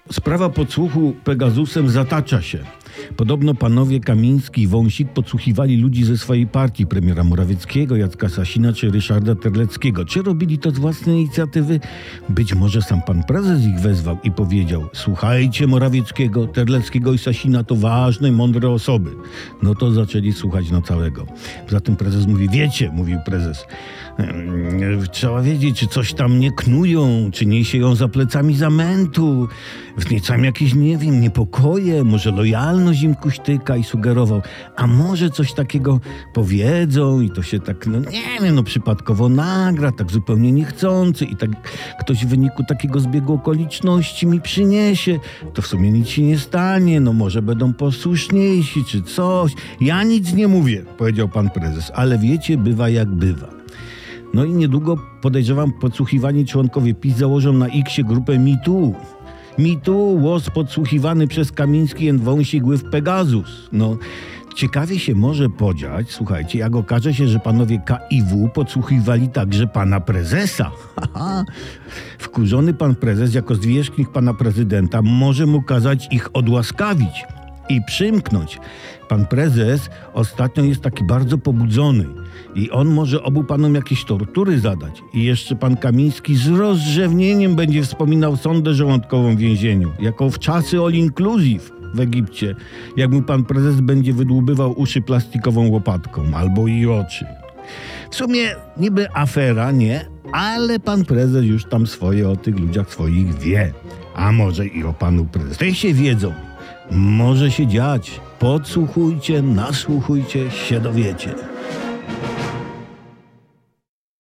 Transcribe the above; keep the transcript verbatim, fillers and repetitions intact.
Sprawa podsłuchu Pegasusem zatacza się. Podobno panowie Kamiński i Wąsik podsłuchiwali ludzi ze swojej partii, premiera Morawieckiego, Jacka Sasina czy Ryszarda Terleckiego. Czy robili to z własnej inicjatywy? Być może sam pan prezes ich wezwał i powiedział: słuchajcie Morawieckiego, Terleckiego i Sasina, to ważne, mądre osoby. No to zaczęli słuchać na całego. Zatem prezes mówi: wiecie, mówił prezes, trzeba wiedzieć, czy coś tam nie knują, czy nie sieją za plecami zamętu, wzniecam jakieś, nie wiem, niepokoje, może lojalność im kuśtyka, i sugerował, a może coś takiego powiedzą i to się tak, no nie wiem, no przypadkowo nagra, tak zupełnie niechcący i tak ktoś w wyniku takiego zbiegu okoliczności mi przyniesie, to w sumie nic się nie stanie, no może będą posłuszniejsi czy coś. Ja nic nie mówię, powiedział pan prezes, ale wiecie, bywa jak bywa. No i niedługo, podejrzewam, podsłuchiwani członkowie PiS założą na X grupę MeToo. MeToo, łos podsłuchiwany przez Kamiński and Wąsik with Pegasus. No, ciekawie się może podziać, słuchajcie, jak okaże się, że panowie K i W podsłuchiwali także pana prezesa. Wkurzony pan prezes, jako zwierzchnik pana prezydenta, może mu kazać ich odłaskawić i przymknąć. Pan prezes ostatnio jest taki bardzo pobudzony i on może obu panom jakieś tortury zadać. I jeszcze pan Kamiński z rozrzewnieniem będzie wspominał sondę żołądkową w więzieniu, jako w czasy all inclusive w Egipcie, jak mu pan prezes będzie wydłubywał uszy plastikową łopatką albo i oczy. W sumie niby afera, nie? Ale pan prezes już tam swoje o tych ludziach swoich wie. A może i o panu prezesie wiedzą. Może się dziać. Podsłuchujcie, nasłuchujcie, się dowiecie.